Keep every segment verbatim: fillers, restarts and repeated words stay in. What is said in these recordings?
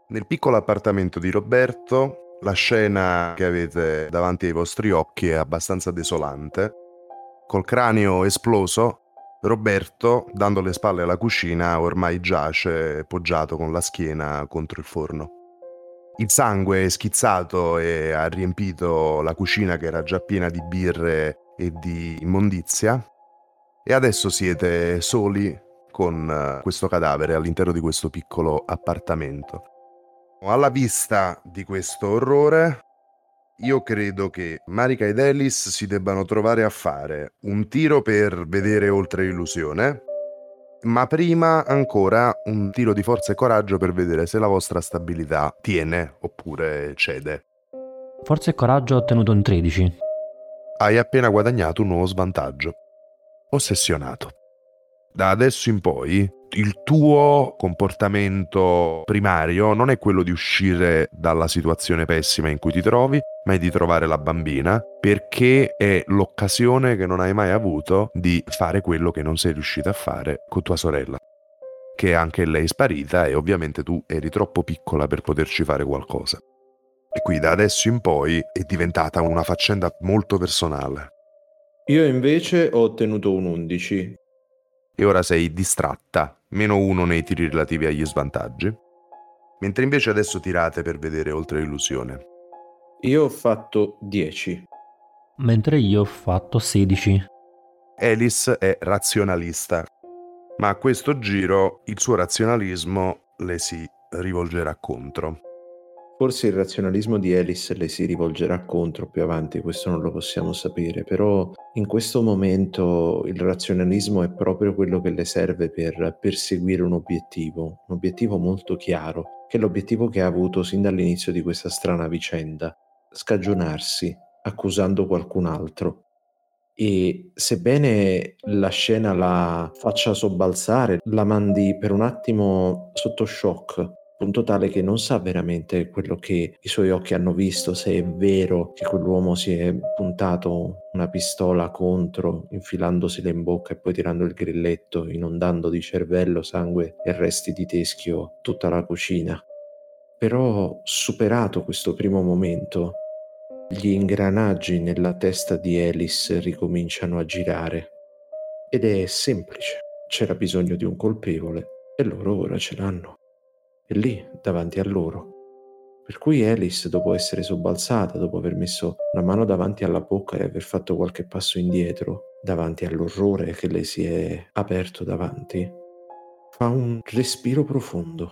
Nel piccolo appartamento di Roberto, la scena che avete davanti ai vostri occhi è abbastanza desolante. Col cranio esploso, Roberto, dando le spalle alla cucina, ormai giace poggiato con la schiena contro il forno. Il sangue è schizzato e ha riempito la cucina che era già piena di birre e di immondizia. E adesso siete soli con eh, questo cadavere all'interno di questo piccolo appartamento. Alla vista di questo orrore, io credo che Marika ed Alice si debbano trovare a fare un tiro per vedere oltre l'illusione, ma prima ancora un tiro di forza e coraggio per vedere se la vostra stabilità tiene oppure cede. Forza e coraggio ho ottenuto un tredici. Hai appena guadagnato un nuovo svantaggio. Ossessionato. Da adesso in poi il tuo comportamento primario non è quello di uscire dalla situazione pessima in cui ti trovi, ma è di trovare la bambina, perché è l'occasione che non hai mai avuto di fare quello che non sei riuscita a fare con tua sorella, che anche lei è sparita e ovviamente tu eri troppo piccola per poterci fare qualcosa. E qui da adesso in poi è diventata una faccenda molto personale. Io invece ho ottenuto un undici. E ora sei distratta, meno uno nei tiri relativi agli svantaggi, mentre invece adesso tirate per vedere oltre l'illusione. Io ho fatto dieci. Mentre io ho fatto sedici. Alice è razionalista, ma a questo giro il suo razionalismo le si rivolgerà contro. Forse il razionalismo di Alice le si rivolgerà contro più avanti, questo non lo possiamo sapere, però in questo momento il razionalismo è proprio quello che le serve per perseguire un obiettivo, un obiettivo molto chiaro, che è l'obiettivo che ha avuto sin dall'inizio di questa strana vicenda: scagionarsi, accusando qualcun altro. E sebbene la scena la faccia sobbalzare, la mandi per un attimo sotto shock, punto tale che non sa veramente quello che i suoi occhi hanno visto, se è vero che quell'uomo si è puntato una pistola contro, infilandosela in bocca e poi tirando il grilletto, inondando di cervello, sangue e resti di teschio tutta la cucina. Però, superato questo primo momento, gli ingranaggi nella testa di Alice ricominciano a girare. Ed è semplice: c'era bisogno di un colpevole e loro ora ce l'hanno. È lì, davanti a loro. Per cui Alice, dopo essere sobbalzata, dopo aver messo una mano davanti alla bocca e aver fatto qualche passo indietro, davanti all'orrore che le si è aperto davanti, fa un respiro profondo.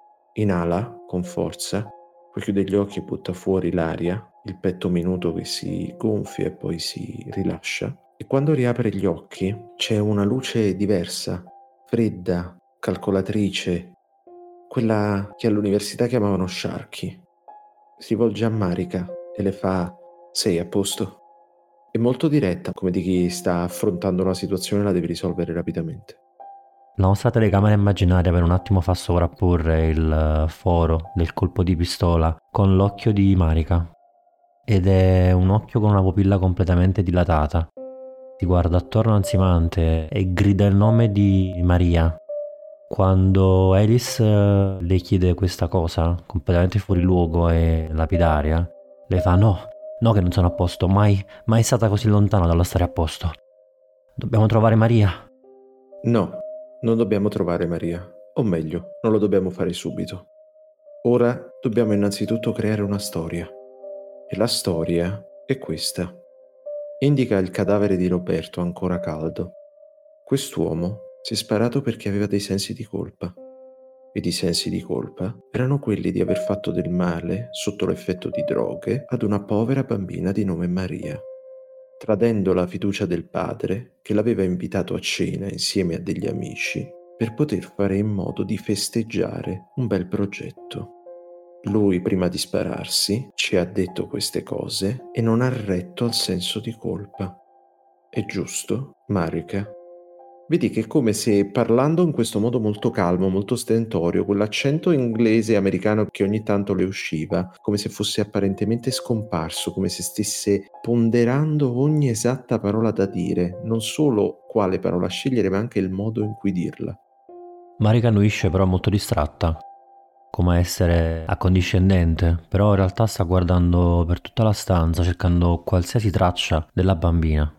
Inala con forza, poi chiude gli occhi e butta fuori l'aria, il petto minuto che si gonfia e poi si rilascia. E quando riapre gli occhi c'è una luce diversa, fredda, calcolatrice, quella che all'università chiamavano Sharky. Si volge a Marika e le fa: sei a posto? È molto diretta, come di chi sta affrontando una situazione e la deve risolvere rapidamente. La nostra telecamera immaginaria per un attimo fa sovrapporre il foro del colpo di pistola con l'occhio di Marika. Ed è un occhio con una pupilla completamente dilatata. Si guarda attorno ansimante e grida il nome di Maria. Quando Alice eh, le chiede questa cosa, completamente fuori luogo e lapidaria, le fa: no, no che non sono a posto, mai, mai stata così lontana dalla stare a posto. Dobbiamo trovare Maria. No, non dobbiamo trovare Maria, o meglio, non lo dobbiamo fare subito. Ora dobbiamo innanzitutto creare una storia. E la storia è questa. Indica il cadavere di Roberto ancora caldo. Quest'uomo si è sparato perché aveva dei sensi di colpa. Ed i sensi di colpa erano quelli di aver fatto del male, sotto l'effetto di droghe, ad una povera bambina di nome Maria, tradendo la fiducia del padre che l'aveva invitato a cena insieme a degli amici per poter fare in modo di festeggiare un bel progetto. Lui, prima di spararsi, ci ha detto queste cose e non ha retto al senso di colpa. È giusto, Marika? Vedi che è come se, parlando in questo modo molto calmo, molto stentorio, quell'accento inglese e americano che ogni tanto le usciva, come se fosse apparentemente scomparso, come se stesse ponderando ogni esatta parola da dire, non solo quale parola scegliere, ma anche il modo in cui dirla. Marika annuisce però molto distratta. come essere accondiscendente, però in realtà sta guardando per tutta la stanza cercando qualsiasi traccia della bambina.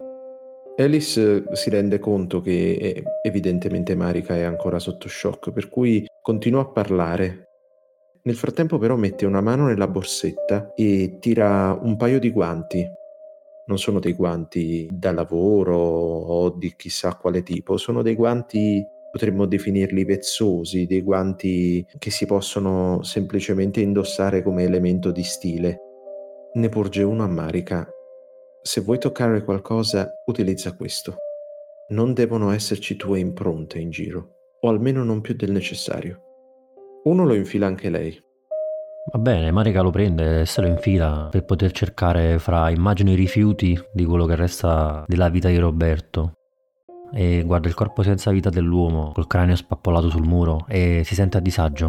Alice si rende conto che eh, evidentemente Marika è ancora sotto shock, per cui continua a parlare. Nel frattempo però mette una mano nella borsetta e tira un paio di guanti. Non sono dei guanti da lavoro o di chissà quale tipo, sono dei guanti, potremmo definirli vezzosi, dei guanti che si possono semplicemente indossare come elemento di stile. Ne porge uno a Marika. Se vuoi toccare qualcosa, utilizza questo. Non devono esserci tue impronte in giro, o almeno non più del necessario. Uno lo infila anche lei. Va bene, Marika lo prende e se lo infila per poter cercare fra immagini e rifiuti di quello che resta della vita di Roberto. E guarda il corpo senza vita dell'uomo col cranio spappollato sul muro e si sente a disagio.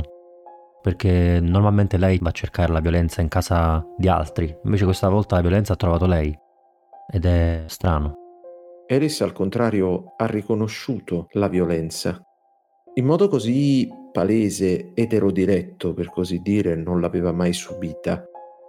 Perché normalmente lei va a cercare la violenza in casa di altri, invece questa volta la violenza ha trovato lei. Ed è strano. Alice, al contrario, ha riconosciuto la violenza. In modo così palese, eterodiretto, per così dire, non l'aveva mai subita,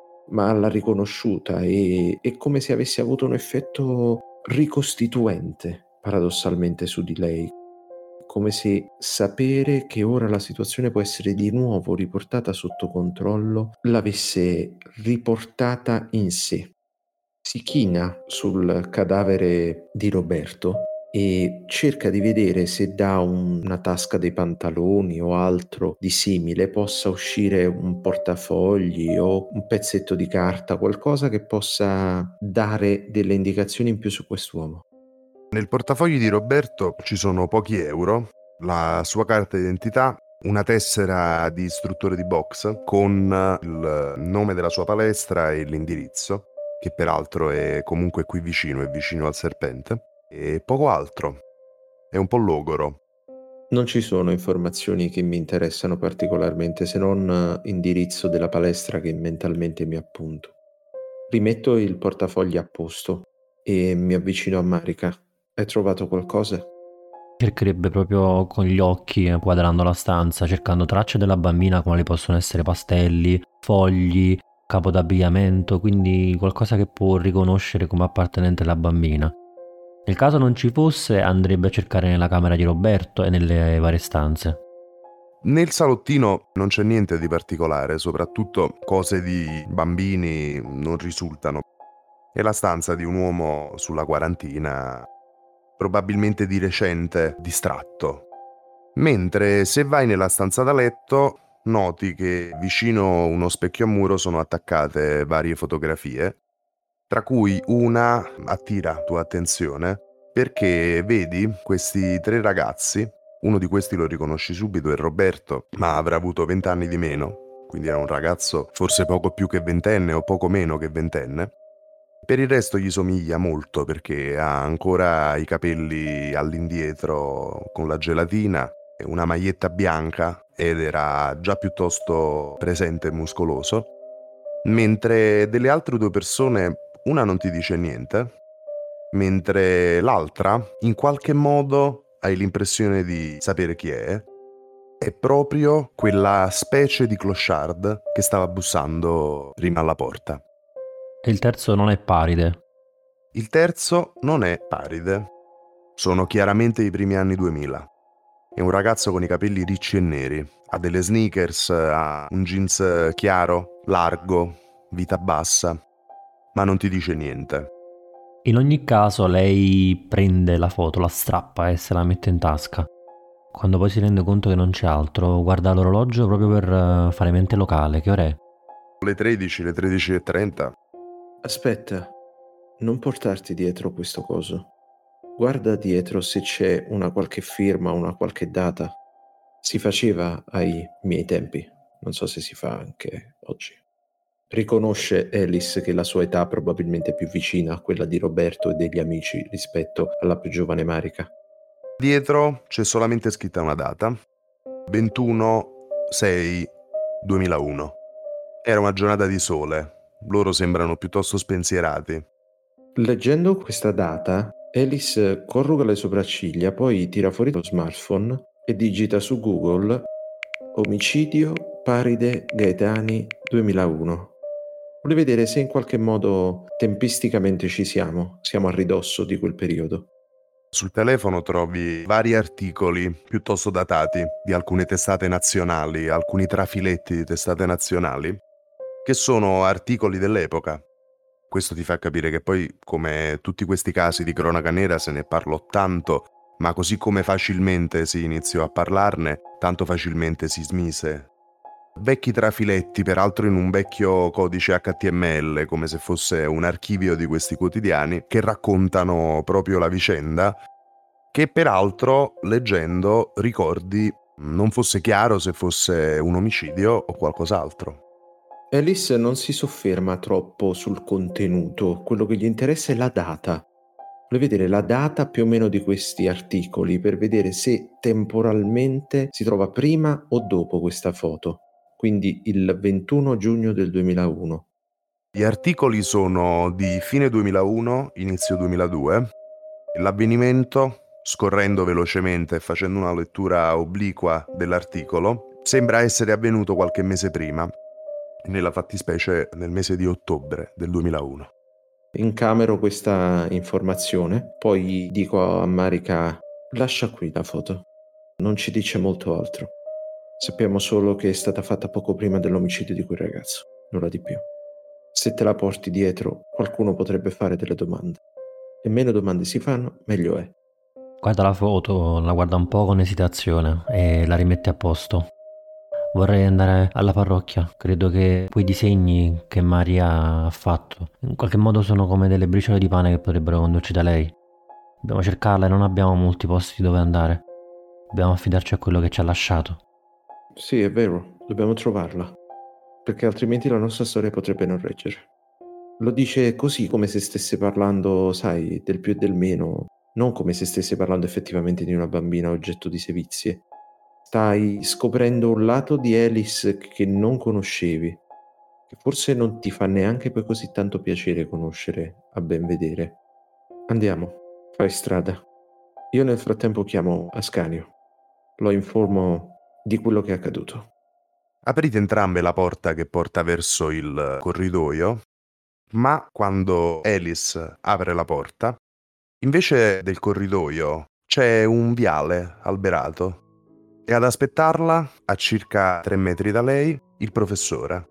ma l'ha riconosciuta e è come se avesse avuto un effetto ricostituente, paradossalmente, su di lei. Come se sapere che ora la situazione può essere di nuovo riportata sotto controllo l'avesse riportata in sé. Si china sul cadavere di Roberto e cerca di vedere se da un- una tasca dei pantaloni o altro di simile possa uscire un portafogli o un pezzetto di carta, qualcosa che possa dare delle indicazioni in più su quest'uomo. Nel portafoglio di Roberto ci sono pochi euro, la sua carta d'identità, una tessera di istruttore di box con il nome della sua palestra e l'indirizzo, che peraltro è comunque qui vicino, è vicino al Serpente, e poco altro. È un po' logoro. Non ci sono informazioni che mi interessano particolarmente, se non eh, indirizzo della palestra che mentalmente mi appunto. Rimetto il portafogli a posto e mi avvicino a Marika. Hai trovato qualcosa? Cercherebbe proprio con gli occhi, eh, quadrando la stanza, cercando tracce della bambina quali possono essere pastelli, fogli, capo d'abbigliamento, quindi qualcosa che può riconoscere come appartenente alla bambina. Nel caso non ci fosse, andrebbe a cercare nella camera di Roberto e nelle varie stanze. Nel salottino non c'è niente di particolare, soprattutto cose di bambini non risultano. È la stanza di un uomo sulla quarantina, probabilmente di recente distratto. Mentre se vai nella stanza da letto, noti che vicino uno specchio a muro sono attaccate varie fotografie, tra cui una attira tua attenzione perché vedi questi tre ragazzi. Uno di questi lo riconosci subito, è Roberto, ma avrà avuto vent'anni di meno, quindi era un ragazzo forse poco più che ventenne o poco meno che ventenne. Per il resto gli somiglia molto perché ha ancora i capelli all'indietro con la gelatina e una maglietta bianca ed era già piuttosto presente e muscoloso, mentre delle altre due persone una non ti dice niente, mentre l'altra in qualche modo hai l'impressione di sapere chi è. È proprio quella specie di clochard che stava bussando prima alla porta. E il terzo non è Paride. Il terzo non è Paride. Sono chiaramente i primi anni duemila. È un ragazzo con i capelli ricci e neri. Ha delle sneakers, ha un jeans chiaro, largo, vita bassa, ma non ti dice niente. In ogni caso lei prende la foto, la strappa e se la mette in tasca. Quando poi si rende conto che non c'è altro, guarda l'orologio proprio per eh, fare mente locale. Che ora è? Le tredici, le tredici e trenta. Aspetta, non portarti dietro questo coso. Guarda dietro se c'è una qualche firma, una qualche data. Si faceva ai miei tempi, non so se si fa anche oggi. Riconosce Alice che la sua età probabilmente è più vicina a quella di Roberto e degli amici rispetto alla più giovane Marika. Dietro c'è solamente scritta una data. ventuno sei duemilauno. Era una giornata di sole. Loro sembrano piuttosto spensierati. Leggendo questa data, Alice corruga le sopracciglia, poi tira fuori lo smartphone e digita su Google omicidio Paride Gaetani duemilauno. Volevo vedere se in qualche modo tempisticamente ci siamo, siamo a ridosso di quel periodo. Sul telefono trovi vari articoli piuttosto datati di alcune testate nazionali, alcuni trafiletti di testate nazionali, che sono articoli dell'epoca. Questo ti fa capire che poi, come tutti questi casi di cronaca nera, se ne parlò tanto, ma così come facilmente si iniziò a parlarne, tanto facilmente si smise. Vecchi trafiletti, peraltro in un vecchio codice acca ti emme elle, come se fosse un archivio di questi quotidiani, che raccontano proprio la vicenda, che peraltro, leggendo, ricordi non fosse chiaro se fosse un omicidio o qualcos'altro. Alice non si sofferma troppo sul contenuto, quello che gli interessa è la data. Vuole vedere la data più o meno di questi articoli per vedere se temporalmente si trova prima o dopo questa foto, quindi il ventuno giugno del duemilauno. Gli articoli sono di fine duemilauno, inizio duemiladue. L'avvenimento, scorrendo velocemente e facendo una lettura obliqua dell'articolo, sembra essere avvenuto qualche mese prima, nella fattispecie nel mese di ottobre del duemilauno. Incamero questa informazione, poi dico a Marika: lascia qui la foto, non ci dice molto altro. Sappiamo solo che è stata fatta poco prima dell'omicidio di quel ragazzo, nulla di più. Se te la porti dietro, qualcuno potrebbe fare delle domande. E meno domande si fanno, meglio è. Guarda la foto, la guarda un po' con esitazione e la rimette a posto. Vorrei andare alla parrocchia. Credo che quei disegni che Maria ha fatto in qualche modo sono come delle briciole di pane che potrebbero condurci da lei. Dobbiamo cercarla e non abbiamo molti posti dove andare. Dobbiamo affidarci a quello che ci ha lasciato. Sì, è vero, dobbiamo trovarla, perché altrimenti la nostra storia potrebbe non reggere. Lo dice così, come se stesse parlando, sai, del più e del meno, non come se stesse parlando effettivamente di una bambina oggetto di sevizie. Stai scoprendo un lato di Alice che non conoscevi, che forse non ti fa neanche poi così tanto piacere conoscere, a ben vedere. Andiamo, fai strada. Io nel frattempo chiamo Ascanio. Lo informo di quello che è accaduto. Aprite entrambe la porta che porta verso il corridoio, ma quando Alice apre la porta, invece del corridoio c'è un viale alberato e ad aspettarla, a circa tre metri da lei, il professore.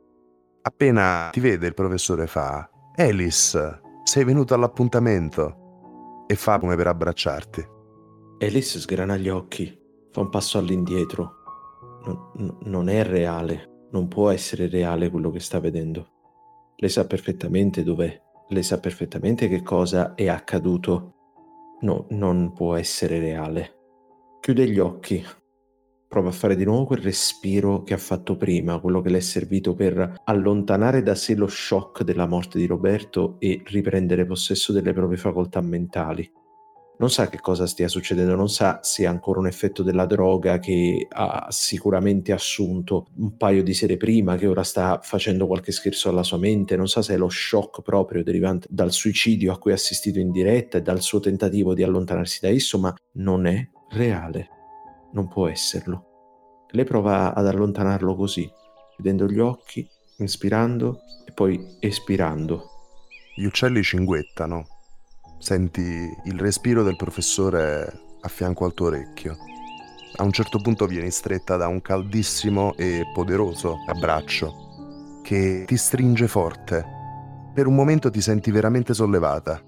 Appena ti vede, il professore fa: Alice, sei venuto all'appuntamento, e fa come per abbracciarti. Alice sgrana gli occhi, fa un passo all'indietro. Non, non- non è reale, non può essere reale quello che sta vedendo. Lei sa perfettamente dov'è, lei sa perfettamente che cosa è accaduto. No, non può essere reale. Chiude gli occhi, prova a fare di nuovo quel respiro che ha fatto prima, quello che le è servito per allontanare da sé lo shock della morte di Roberto e riprendere possesso delle proprie facoltà mentali. Non sa che cosa stia succedendo, non sa se è ancora un effetto della droga che ha sicuramente assunto un paio di sere prima, che ora sta facendo qualche scherzo alla sua mente, non sa se è lo shock proprio derivante dal suicidio a cui ha assistito in diretta e dal suo tentativo di allontanarsi da esso, ma non è reale, non può esserlo. Lei prova ad allontanarlo così, chiudendo gli occhi, inspirando e poi espirando. Gli uccelli cinguettano. Senti il respiro del professore a fianco al tuo orecchio. A un certo punto vieni stretta da un caldissimo e poderoso abbraccio che ti stringe forte. Per un momento ti senti veramente sollevata,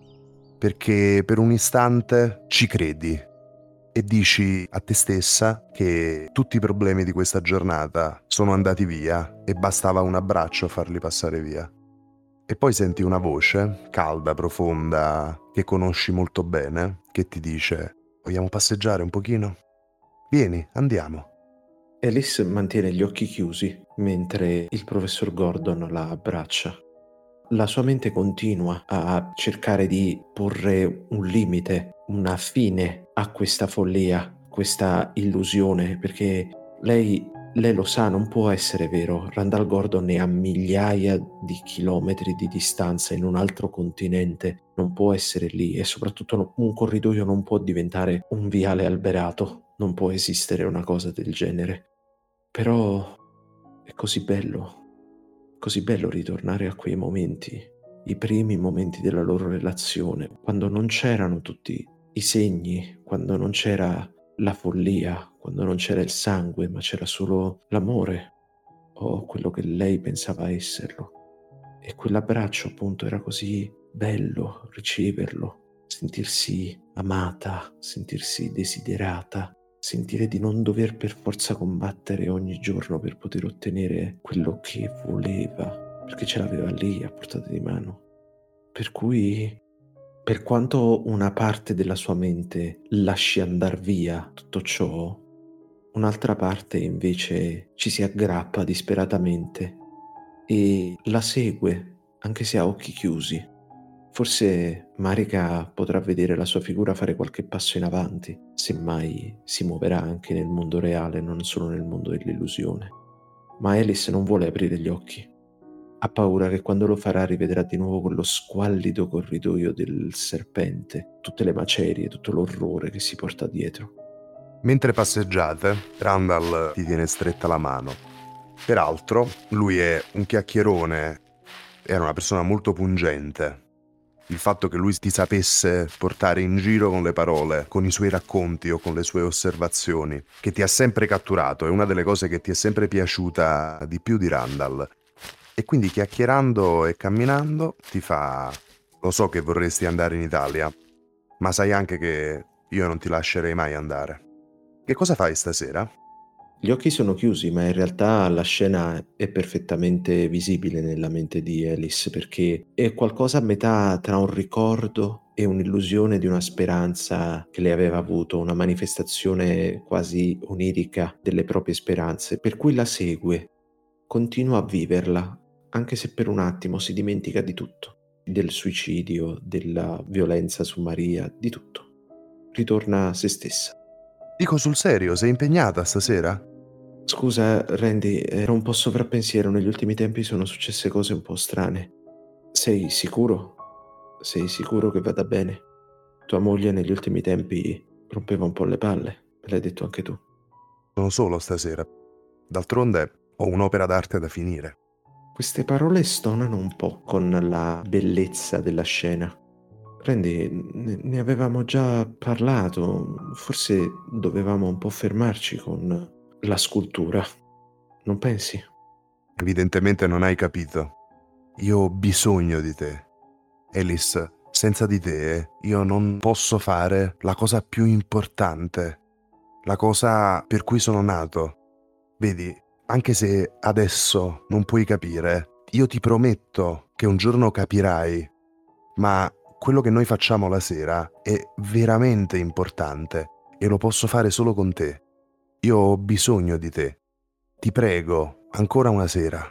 perché per un istante ci credi e dici a te stessa che tutti i problemi di questa giornata sono andati via e bastava un abbraccio a farli passare via. E poi senti una voce, calda, profonda, che conosci molto bene, che ti dice: vogliamo passeggiare un pochino? Vieni, andiamo. Alice mantiene gli occhi chiusi mentre il professor Gordon la abbraccia. La sua mente continua a cercare di porre un limite, una fine a questa follia, questa illusione, perché lei, lei lo sa, non può essere vero. Randall Gordon è a migliaia di chilometri di distanza in un altro continente, non può essere lì e soprattutto un corridoio non può diventare un viale alberato, non può esistere una cosa del genere. Però È così bello, così bello ritornare a quei momenti, i primi momenti della loro relazione, quando non c'erano tutti i segni, quando non c'era la follia, quando non c'era il sangue, ma c'era solo l'amore, o quello che lei pensava esserlo. E quell'abbraccio appunto era così bello riceverlo, sentirsi amata, sentirsi desiderata, sentire di non dover per forza combattere ogni giorno per poter ottenere quello che voleva, perché ce l'aveva lì a portata di mano. Per cui, per quanto una parte della sua mente lasci andar via tutto ciò, un'altra parte invece ci si aggrappa disperatamente e la segue, anche se a occhi chiusi. Forse Marika potrà vedere la sua figura fare qualche passo in avanti, semmai si muoverà anche nel mondo reale, non solo nel mondo dell'illusione. Ma Alice non vuole aprire gli occhi. Ha paura che quando lo farà rivedrà di nuovo quello squallido corridoio del serpente, tutte le macerie, tutto l'orrore che si porta dietro. Mentre passeggiate, Randall ti tiene stretta la mano. Peraltro, lui è un chiacchierone, era una persona molto pungente. Il fatto che lui ti sapesse portare in giro con le parole, con i suoi racconti o con le sue osservazioni, che ti ha sempre catturato, è una delle cose che ti è sempre piaciuta di più di Randall. E quindi chiacchierando e camminando ti fa: lo so che vorresti andare in Italia, ma sai anche che io non ti lascerei mai andare. Che cosa fai stasera? Gli occhi sono chiusi, ma in realtà la scena è perfettamente visibile nella mente di Alice, perché è qualcosa a metà tra un ricordo e un'illusione di una speranza che lei aveva avuto, una manifestazione quasi onirica delle proprie speranze, per cui la segue, continua a viverla, anche se per un attimo si dimentica di tutto, del suicidio, della violenza su Maria, di tutto. Ritorna a se stessa. Dico sul serio, sei impegnata stasera? Scusa, Randy, ero un po' sovrappensiero. Negli ultimi tempi sono successe cose un po' strane. Sei sicuro? Sei sicuro che vada bene? Tua moglie negli ultimi tempi rompeva un po' le palle, me l'hai detto anche tu. Sono solo stasera. D'altronde ho un'opera d'arte da finire. Queste parole stonano un po' con la bellezza della scena. Randy, ne, ne avevamo già parlato, forse dovevamo un po' fermarci con la scultura, non pensi? Evidentemente non hai capito. Io ho bisogno di te. Alice, senza di te io non posso fare la cosa più importante, la cosa per cui sono nato. Vedi, anche se adesso non puoi capire, io ti prometto che un giorno capirai, ma quello che noi facciamo la sera è veramente importante e lo posso fare solo con te. Io ho bisogno di te. Ti prego, ancora una sera.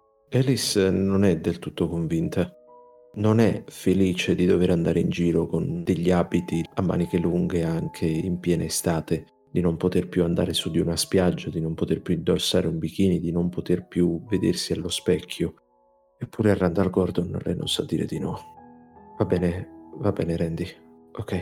Alice non è del tutto convinta. Non è felice di dover andare in giro con degli abiti a maniche lunghe anche in piena estate, di non poter più andare su di una spiaggia, di non poter più indossare un bikini, di non poter più vedersi allo specchio. Eppure a Randall Gordon lei non sa dire di no. Va bene, va bene Randy, ok.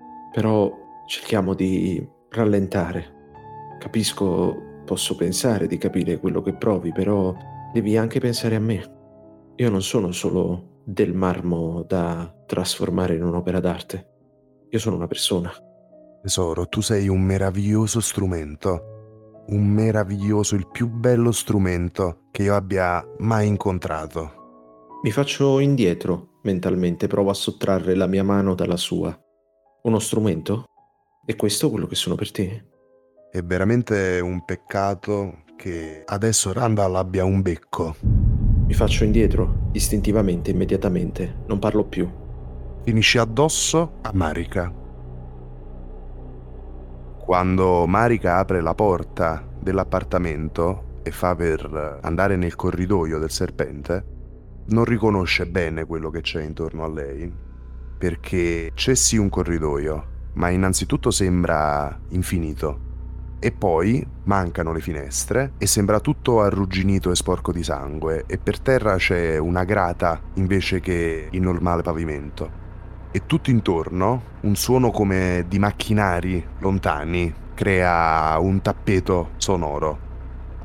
Però cerchiamo di rallentare. Capisco, posso pensare di capire quello che provi, però devi anche pensare a me. Io non sono solo del marmo da trasformare in un'opera d'arte. Io sono una persona. Tesoro, tu sei un meraviglioso strumento. Un meraviglioso, il più bello strumento che io abbia mai incontrato. Mi faccio indietro mentalmente, provo a sottrarre la mia mano dalla sua. Uno strumento? È questo quello che sono per te? È veramente un peccato che adesso Randall abbia un becco. Mi faccio indietro, istintivamente, immediatamente. Non parlo più. Finisci addosso a Marika. Quando Marika apre la porta dell'appartamento e fa per andare nel corridoio del serpente, non riconosce bene quello che c'è intorno a lei, perché c'è sì un corridoio, ma innanzitutto sembra infinito. E poi mancano le finestre e sembra tutto arrugginito e sporco di sangue e per terra c'è una grata invece che il normale pavimento. E tutto intorno un suono come di macchinari lontani crea un tappeto sonoro.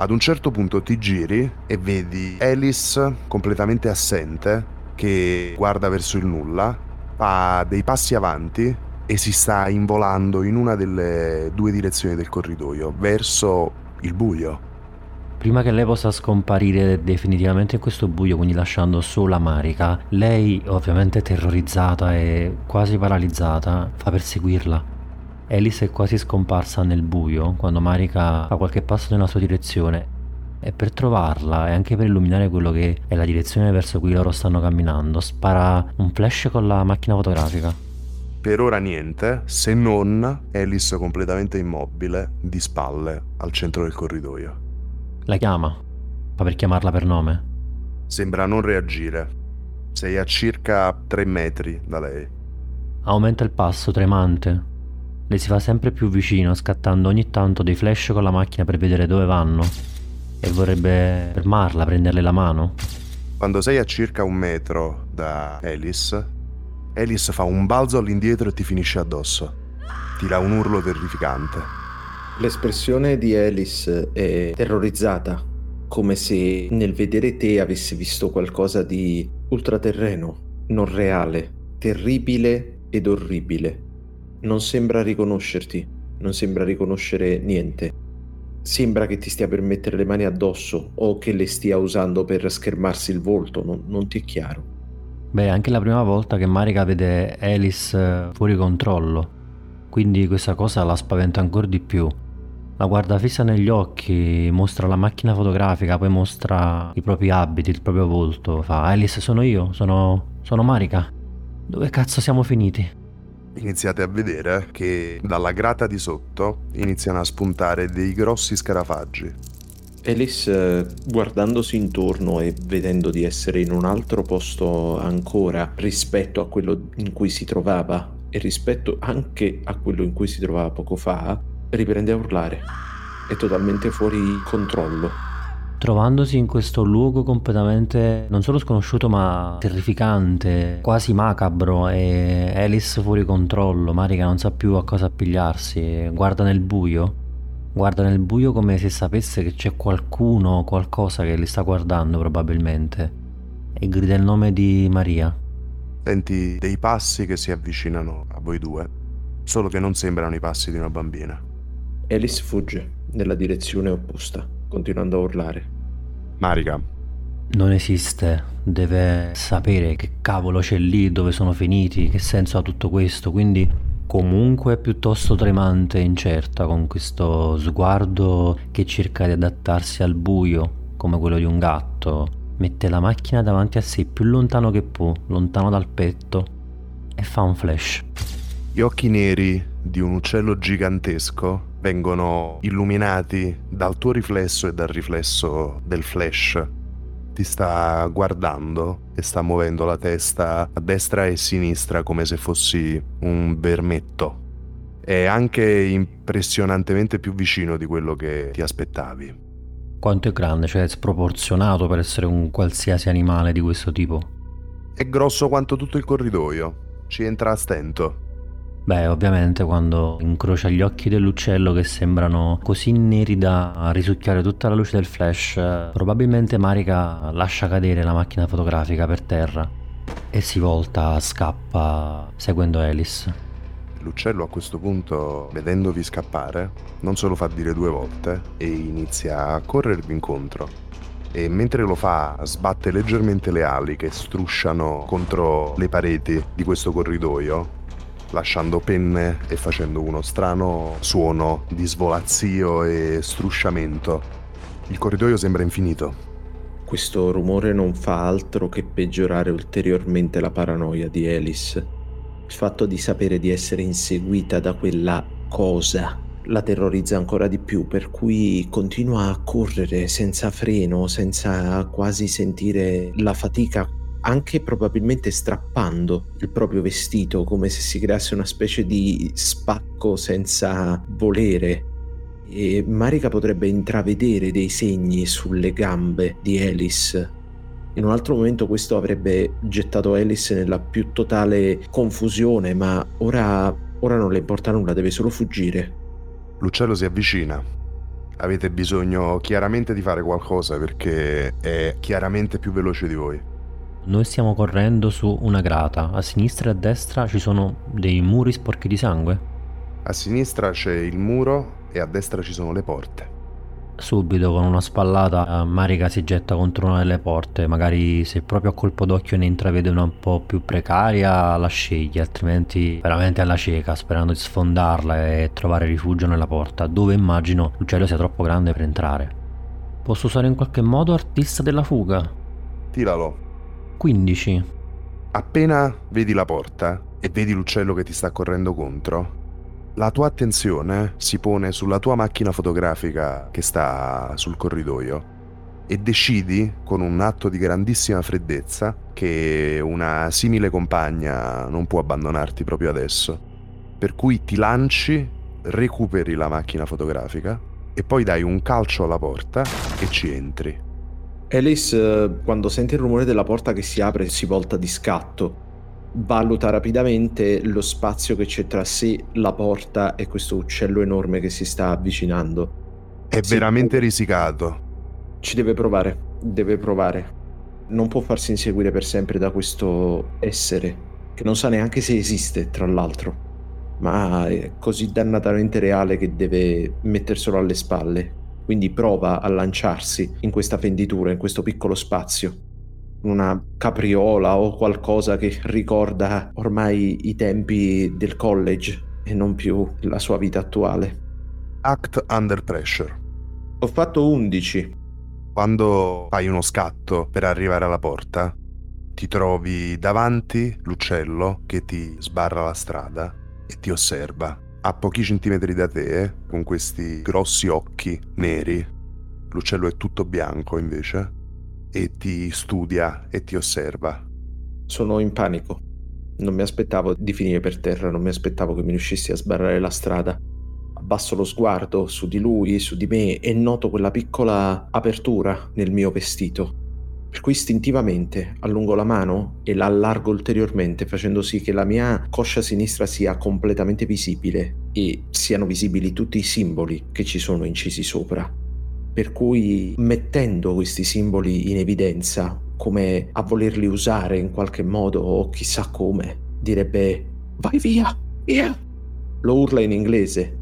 Ad un certo punto ti giri e vedi Alice completamente assente che guarda verso il nulla, fa dei passi avanti e si sta involando in una delle due direzioni del corridoio, verso il buio. Prima che lei possa scomparire definitivamente in questo buio, quindi lasciando sola Marika, lei, ovviamente terrorizzata e quasi paralizzata, fa per seguirla. Alice è quasi scomparsa nel buio quando Marika fa qualche passo nella sua direzione e per trovarla e anche per illuminare quello che è la direzione verso cui loro stanno camminando, spara un flash con la macchina fotografica. Per ora niente, se non Alice completamente immobile, di spalle, al centro del corridoio. La chiama, fa per chiamarla per nome. Sembra non reagire. Sei a circa tre metri da lei. Aumenta il passo, tremante. Le si fa sempre più vicino, scattando ogni tanto dei flash con la macchina per vedere dove vanno. E vorrebbe fermarla, prenderle la mano. Quando sei a circa un metro da Alice, Alice fa un balzo all'indietro e ti finisce addosso. Tira un urlo terrificante. L'espressione di Alice è terrorizzata, come se nel vedere te avesse visto qualcosa di ultraterreno, non reale, terribile ed orribile. Non sembra riconoscerti, non sembra riconoscere niente. Sembra che ti stia per mettere le mani addosso o che le stia usando per schermarsi il volto, non, non ti è chiaro. Beh, è anche la prima volta che Marika vede Alice fuori controllo, quindi questa cosa la spaventa ancora di più. La guarda fissa negli occhi, mostra la macchina fotografica, poi mostra i propri abiti, il proprio volto. Fa: Alice, sono io, sono, sono Marika. Dove cazzo siamo finiti? Iniziate a vedere che dalla grata di sotto iniziano a spuntare dei grossi scarafaggi. Alice, guardandosi intorno e vedendo di essere in un altro posto ancora rispetto a quello in cui si trovava e rispetto anche a quello in cui si trovava poco fa, riprende a urlare. È totalmente fuori controllo. Trovandosi in questo luogo completamente non solo sconosciuto ma terrificante, quasi macabro, e Alice fuori controllo, Marika non sa più a cosa appigliarsi, guarda nel buio, guarda nel buio come se sapesse che c'è qualcuno o qualcosa che li sta guardando probabilmente, e grida il nome di Maria. Senti dei passi che si avvicinano a voi due, solo che non sembrano i passi di una bambina. Alice fugge nella direzione opposta, continuando a urlare. Marika, Non esiste, deve sapere che cavolo c'è lì, dove sono finiti, che senso ha tutto questo, quindi comunque piuttosto tremante e incerta, con questo sguardo che cerca di adattarsi al buio, come quello di un gatto, mette la macchina davanti a sé più lontano che può, lontano dal petto, e fa un flash. gli occhi neri di un uccello gigantesco vengono illuminati dal tuo riflesso e dal riflesso del flash. Ti sta guardando e sta muovendo la testa a destra e a sinistra come se fossi un vermetto. È anche impressionantemente più vicino di quello che ti aspettavi. Quanto è grande, cioè è sproporzionato per essere un qualsiasi animale di questo tipo. È grosso quanto tutto il corridoio, ci entra a stento. Beh, ovviamente quando incrocia gli occhi dell'uccello che sembrano così neri da risucchiare tutta la luce del flash, probabilmente Marika lascia cadere la macchina fotografica per terra e si volta, scappa seguendo Alice. L'uccello a questo punto, vedendovi scappare, non se lo fa dire due volte e inizia a corrervi incontro. E mentre lo fa, sbatte leggermente le ali che strusciano contro le pareti di questo corridoio, lasciando penne e facendo uno strano suono di svolazzio e strusciamento. Il corridoio sembra infinito. Questo rumore non fa altro che peggiorare ulteriormente la paranoia di Alice. Il fatto di sapere di essere inseguita da quella cosa la terrorizza ancora di più, per cui continua a correre senza freno, senza quasi sentire la fatica, anche probabilmente strappando il proprio vestito, come se si creasse una specie di spacco senza volere. E Marika potrebbe intravedere dei segni sulle gambe di Alice. In un altro momento questo avrebbe gettato Alice nella più totale confusione, ma ora, ora non le importa nulla, deve solo fuggire. L'uccello si avvicina, Avete bisogno chiaramente di fare qualcosa perché è chiaramente più veloce di voi. Noi stiamo correndo su una grata, a sinistra e a destra ci sono dei muri sporchi di sangue. A sinistra c'è il muro e a destra ci sono le porte. Subito con una spallata Marika si getta contro una delle porte, magari se proprio a colpo d'occhio ne intravede una un po' più precaria la sceglie, altrimenti veramente alla cieca, sperando di sfondarla e trovare rifugio nella porta, dove immagino l'uccello sia troppo grande per entrare. Posso usare in qualche modo artista della fuga? Tiralo. quindici. Appena vedi la porta e vedi l'uccello che ti sta correndo contro, la tua attenzione si pone sulla tua macchina fotografica che sta sul corridoio e decidi, con un atto di grandissima freddezza, che una simile compagna non può abbandonarti proprio adesso. Per cui ti lanci, recuperi la macchina fotografica e poi dai un calcio alla porta e ci entri. Alice, quando sente il rumore della porta che si apre, si volta di scatto. Valuta rapidamente lo spazio che c'è tra sé, la porta e questo uccello enorme che si sta avvicinando. È Sì, veramente risicato. Ci deve provare, deve provare. Non può farsi inseguire per sempre da questo essere, che non sa neanche se esiste, tra l'altro, ma è così dannatamente reale che deve metterselo alle spalle. Quindi prova a lanciarsi in questa fenditura, in questo piccolo spazio. Una capriola o qualcosa che ricorda ormai i tempi del college e non più la sua vita attuale. Act under pressure. Ho fatto undici. Quando fai uno scatto per arrivare alla porta, ti trovi davanti l'uccello che ti sbarra la strada e ti osserva. A pochi centimetri da te, con questi grossi occhi neri, l'uccello è tutto bianco invece, e ti studia e ti osserva. Sono in panico. Non mi aspettavo di finire per terra, non mi aspettavo che mi riuscissi a sbarrare la strada. Abbasso lo sguardo su di lui, su di me, e noto quella piccola apertura nel mio vestito. Per cui istintivamente allungo la mano e la allargo ulteriormente, facendo sì che la mia coscia sinistra sia completamente visibile e siano visibili tutti i simboli che ci sono incisi sopra. Per cui, mettendo questi simboli in evidenza, come a volerli usare in qualche modo o chissà come, direbbe «Vai via, via!» Lo urla in inglese.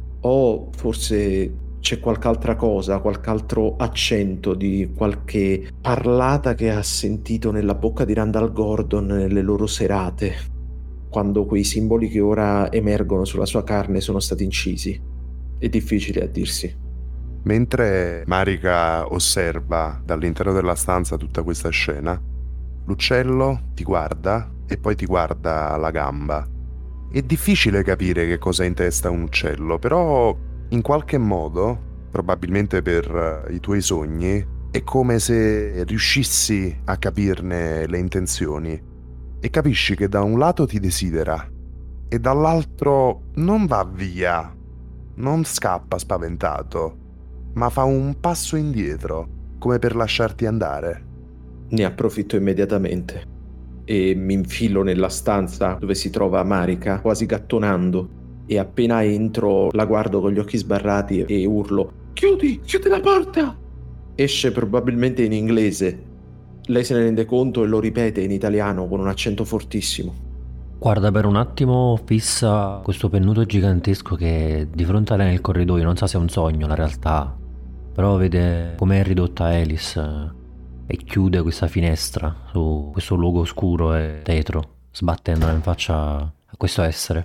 O forse c'è qualche altra cosa, qualche altro accento di qualche parlata che ha sentito nella bocca di Randall Gordon nelle loro serate, quando quei simboli che ora emergono sulla sua carne sono stati incisi. È difficile a dirsi. Mentre Marika osserva dall'interno della stanza tutta questa scena, l'uccello ti guarda e poi ti guarda alla gamba. È difficile capire che cosa ha in testa un uccello, però in qualche modo, probabilmente per i tuoi sogni, è come se riuscissi a capirne le intenzioni e capisci che da un lato ti desidera e dall'altro non va via, non scappa spaventato, ma fa un passo indietro, come per lasciarti andare. Ne approfitto immediatamente e mi infilo nella stanza dove si trova Marika, quasi gattonando, e appena entro la guardo con gli occhi sbarrati e urlo «Chiudi, chiudi la porta!» Esce probabilmente in inglese. Lei se ne rende conto e lo ripete in italiano con un accento fortissimo. Guarda, per un attimo fissa questo pennuto gigantesco che di fronte a lei nel corridoio, non sa se è un sogno la realtà, però vede com'è ridotta Alice e chiude questa finestra su questo luogo oscuro e tetro, sbattendola in faccia a questo essere.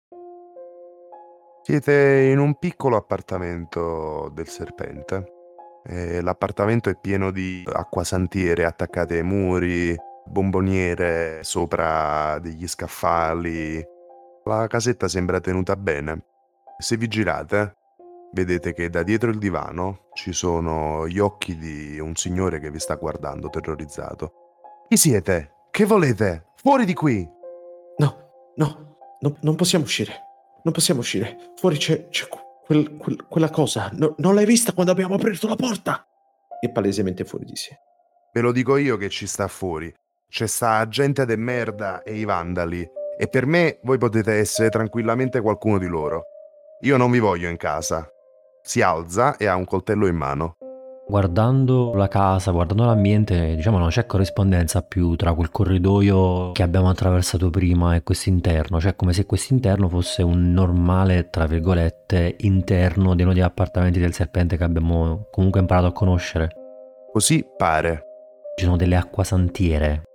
Siete in un piccolo appartamento del serpente. E l'appartamento è pieno di acquasantiere attaccate ai muri, bomboniere sopra degli scaffali. La casetta sembra tenuta bene. Se vi girate, vedete che da dietro il divano ci sono gli occhi di un signore che vi sta guardando terrorizzato. Chi siete? Che volete? Fuori di qui! No, no, no, non possiamo uscire. Non possiamo uscire. Fuori c'è, c'è quel, quel, quella cosa. No, non l'hai vista quando abbiamo aperto la porta? È palesemente fuori di sé. Ve lo dico io che ci sta fuori. C'è sta gente de merda e i vandali. E per me voi potete essere tranquillamente qualcuno di loro. Io non vi voglio in casa. Si alza e ha un coltello in mano. Guardando la casa, guardando l'ambiente, diciamo non c'è corrispondenza più tra quel corridoio che abbiamo attraversato prima e quest'interno, cioè come se quest'interno fosse un normale, tra virgolette, interno di uno degli appartamenti del serpente che abbiamo comunque imparato a conoscere. Così pare. Ci sono delle acquasantiere.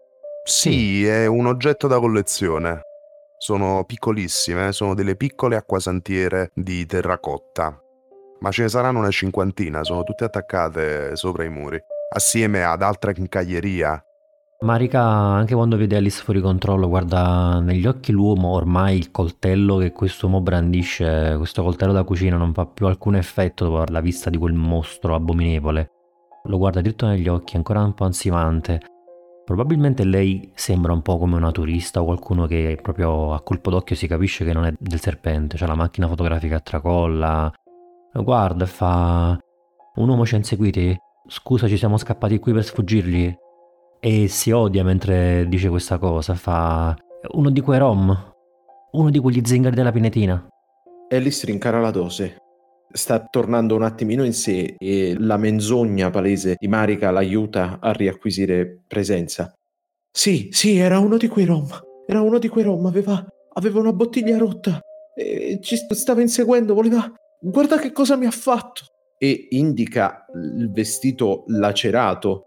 Sì, è un oggetto da collezione. Sono piccolissime, sono delle piccole acquasantiere di terracotta. Ma ce ne saranno una cinquantina, sono tutte attaccate sopra i muri, assieme ad altra quincaglieria. Marika, anche quando vede Alice fuori controllo, guarda negli occhi l'uomo, ormai il coltello che quest'uomo brandisce, questo coltello da cucina non fa più alcun effetto dopo la vista di quel mostro abominevole. Lo guarda dritto negli occhi, ancora un po' ansimante. Probabilmente lei sembra un po' come una turista o qualcuno che proprio a colpo d'occhio si capisce che non è del serpente, c'ha la macchina fotografica a tracolla. Lo guarda e fa: un uomo ci ha inseguiti? Scusa, ci siamo scappati qui per sfuggirgli? E si odia mentre dice questa cosa, fa: uno di quei rom, uno di quegli zingari della pinetina. Alice rincara la dose. Sta tornando un attimino in sé e la menzogna palese di Marika l'aiuta a riacquisire presenza. Sì, sì, era uno di quei rom. Era uno di quei rom, aveva, aveva una bottiglia rotta. E ci stava inseguendo, voleva... Guarda che cosa mi ha fatto! E indica il vestito lacerato.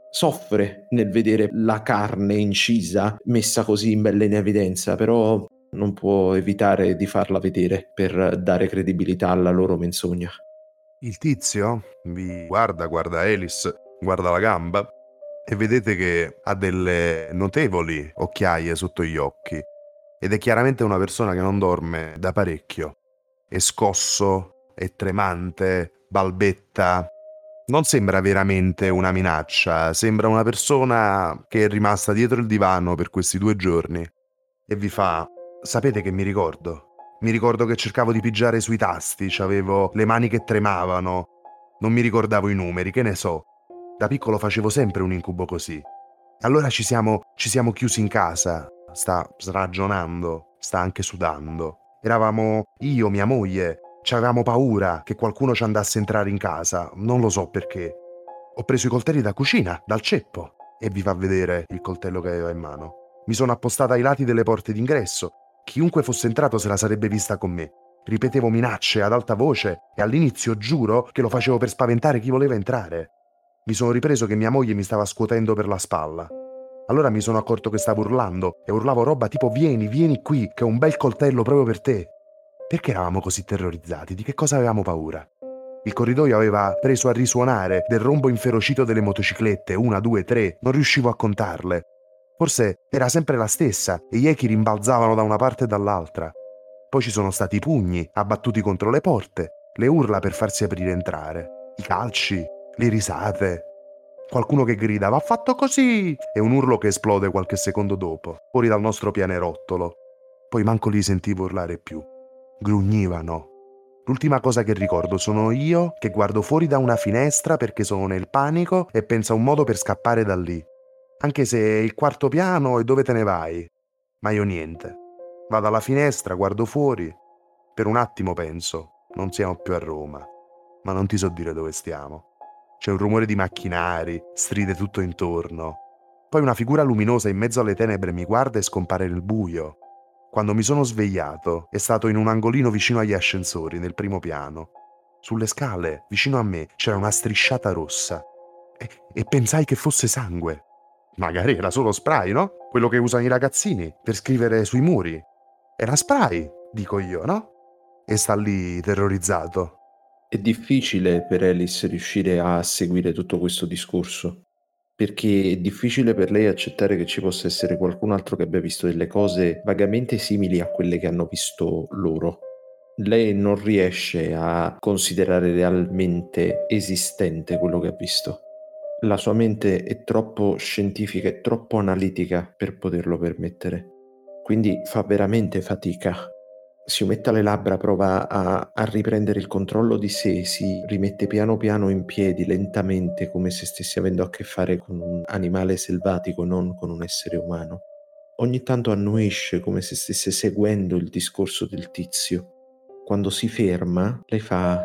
Soffre nel vedere la carne incisa messa così in bella in evidenza, però non può evitare di farla vedere per dare credibilità alla loro menzogna. Il tizio vi guarda, guarda Alice, guarda la gamba e vedete che ha delle notevoli occhiaie sotto gli occhi ed è chiaramente una persona che non dorme da parecchio. È scosso, è tremante, balbetta. Non sembra veramente una minaccia, sembra una persona che è rimasta dietro il divano per questi due giorni e vi fa: sapete che mi ricordo? Mi ricordo che cercavo di pigiare sui tasti, c'avevo le mani che tremavano, non mi ricordavo i numeri, che ne so. Da piccolo facevo sempre un incubo così. Allora ci siamo, ci siamo chiusi in casa, sta ragionando, sta anche sudando. Eravamo io, mia moglie, ci avevamo paura che qualcuno ci andasse a entrare in casa, non lo so perché. Ho preso i coltelli da cucina, dal ceppo, e vi fa vedere il coltello che aveva in mano. Mi sono appostata ai lati delle porte d'ingresso. Chiunque fosse entrato se la sarebbe vista con me. Ripetevo minacce ad alta voce e all'inizio giuro che lo facevo per spaventare chi voleva entrare. Mi sono ripreso che mia moglie mi stava scuotendo per la spalla. Allora mi sono accorto che stavo urlando e urlavo roba tipo: vieni, vieni qui, che ho un bel coltello proprio per te. Perché eravamo così terrorizzati? Di che cosa avevamo paura? Il corridoio aveva preso a risuonare del rombo inferocito delle motociclette, una, due, tre, non riuscivo a contarle. Forse era sempre la stessa e gli echi rimbalzavano da una parte e dall'altra. Poi ci sono stati i pugni abbattuti contro le porte, le urla per farsi aprire e entrare, i calci, le risate. Qualcuno che grida: va fatto così! E un urlo che esplode qualche secondo dopo, fuori dal nostro pianerottolo. Poi manco li sentivo urlare più. Grugnivano. L'ultima cosa che ricordo sono io che guardo fuori da una finestra perché sono nel panico e penso a un modo per scappare da lì. Anche se è il quarto piano e dove te ne vai? Ma io niente. Vado alla finestra, guardo fuori. Per un attimo penso: non siamo più a Roma. Ma non ti so dire dove stiamo. C'è un rumore di macchinari, stride tutto intorno. Poi una figura luminosa in mezzo alle tenebre mi guarda e scompare nel buio. Quando mi sono svegliato è stato in un angolino vicino agli ascensori, nel primo piano. Sulle scale, vicino a me, c'era una strisciata rossa. E, e pensai che fosse sangue. Magari era solo spray, no? Quello che usano i ragazzini per scrivere sui muri. Era spray, dico io, no? E sta lì terrorizzato. È difficile per Alice riuscire a seguire tutto questo discorso, perché è difficile per lei accettare che ci possa essere qualcun altro che abbia visto delle cose vagamente simili a quelle che hanno visto loro. Lei non riesce a considerare realmente esistente quello che ha visto. La sua mente è troppo scientifica e troppo analitica per poterlo permettere, quindi fa veramente fatica. Si umetta le labbra, prova a, a riprendere il controllo di sé, si rimette piano piano in piedi, lentamente, come se stesse avendo a che fare con un animale selvatico, non con un essere umano. Ogni tanto annuisce come se stesse seguendo il discorso del tizio. Quando si ferma, lei fa: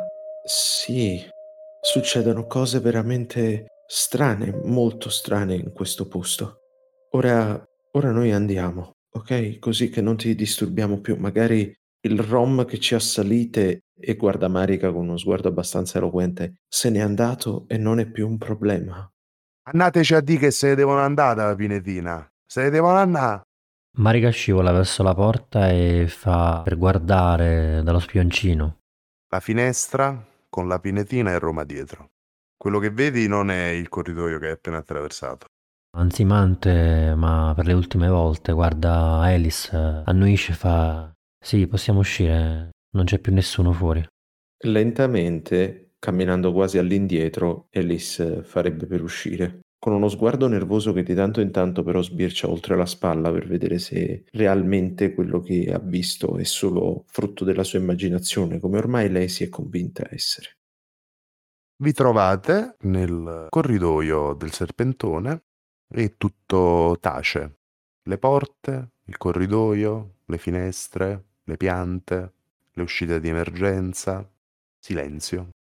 Sì, succedono cose veramente strane, molto strane in questo posto. Ora ora noi andiamo, okay, così che non ti disturbiamo più. Magari il rom che ci ha assalite e guarda Marika con uno sguardo abbastanza eloquente, se n'è andato e non è più un problema. Annateci a dì che se ne devono andà dalla pinetina. Se ne devono andà. Marika scivola verso la porta e fa per guardare dallo spioncino. La finestra con la pinetina e Roma dietro. Quello che vedi non è il corridoio che hai appena attraversato. Ansimante, ma per le ultime volte, guarda Alice, annuisce e fa: sì, possiamo uscire, non c'è più nessuno fuori. Lentamente, camminando quasi all'indietro, Alice farebbe per uscire, con uno sguardo nervoso che di tanto in tanto però sbircia oltre la spalla per vedere se realmente quello che ha visto è solo frutto della sua immaginazione, come ormai lei si è convinta essere. Vi trovate nel corridoio del serpentone e tutto tace. Le porte, il corridoio, le finestre, le piante, le uscite di emergenza. Silenzio.